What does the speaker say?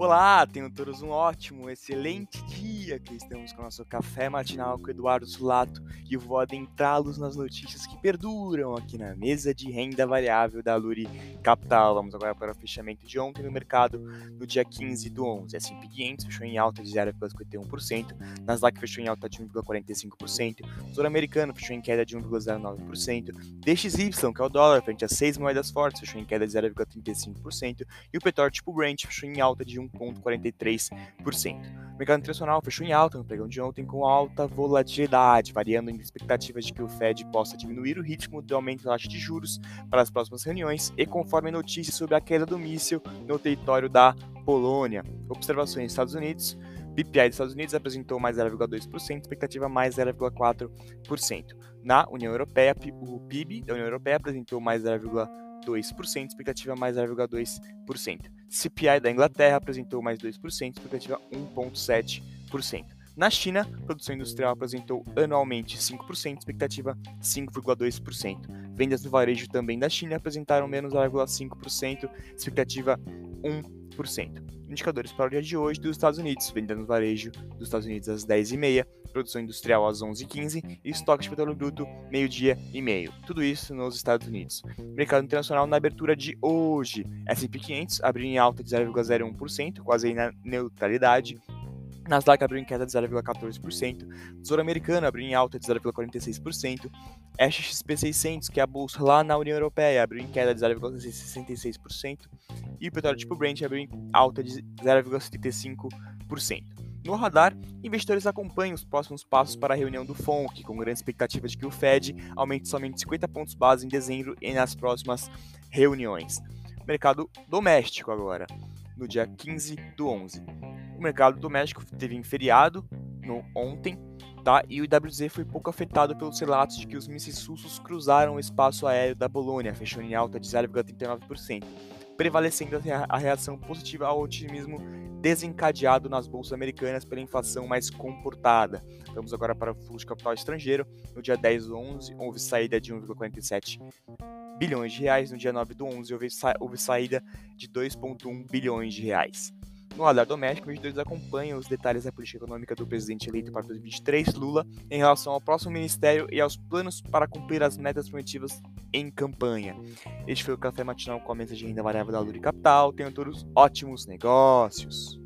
Olá, tenham todos um ótimo, excelente dia, que estamos com o nosso café matinal com o Eduardo Sulato e eu vou adentrá-los nas notícias que perduram aqui na mesa de renda variável da Luri Capital. Vamos agora para o fechamento de ontem no mercado, no dia 15 do 11. S&P 500 fechou em alta de 0,51%, Nasdaq fechou em alta de 1,45%, Tesouro Americano fechou em queda de 1,09%, DXY, que é o dólar, frente a 6 moedas fortes, fechou em queda de 0,35%, e o petróleo tipo Brent fechou em alta de 1,43%. O mercado internacional fechou em alta no pregão de ontem com alta volatilidade, variando em expectativas de que o Fed possa diminuir o ritmo do aumento da taxa de juros para as próximas reuniões e conforme notícias sobre a queda do míssil no território da Polônia. Observações nos Estados Unidos. PPI dos Estados Unidos apresentou mais 0,2%, expectativa mais 0,4%. Na União Europeia, o PIB da União Europeia apresentou mais 0,2%, expectativa mais 0,2%. CPI da Inglaterra apresentou mais 2%, expectativa 1,7%. Na China, a produção industrial apresentou anualmente 5%, expectativa 5,2%. Vendas no varejo também da China apresentaram menos 0,5%, expectativa 1%. Indicadores para o dia de hoje dos Estados Unidos: venda no varejo dos Estados Unidos às 10h30, produção industrial às 11h15 e estoque de petróleo bruto meio-dia e meio. Tudo isso nos Estados Unidos. Mercado internacional na abertura de hoje: S&P 500 abriu em alta de 0,01%, quase aí na neutralidade. Nasdaq abriu em queda de 0,14%, Tesouro Americano abriu em alta de 0,46%, XSP 600, que é a bolsa lá na União Europeia, abriu em queda de 0,66%, e o petróleo tipo Brent abriu em alta de 0,75%. No radar, investidores acompanham os próximos passos para a reunião do FONC, com grande expectativa de que o Fed aumente somente 50 pontos base em dezembro e nas próximas reuniões. Mercado doméstico agora, no dia 15 do 11. O mercado doméstico teve em feriado ontem, tá? E o IWZ foi pouco afetado pelos relatos de que os mísseis russos cruzaram o espaço aéreo da Polônia, fechou em alta de 0,39%, prevalecendo a reação positiva ao otimismo desencadeado nas bolsas americanas pela inflação mais comportada. Vamos agora para o fluxo de capital estrangeiro. No dia 10 do 11, houve saída de 1,47 bilhões de reais. No dia 9 do 11, houve saída de 2,1 bilhões de reais. No radar doméstico, os investidores acompanham os detalhes da política econômica do presidente eleito para 2023, Lula, em relação ao próximo ministério e aos planos para cumprir as metas prometidas em campanha. Este foi o Café Matinal com a mesa de renda variável da Luri Capital. Tenham todos ótimos negócios.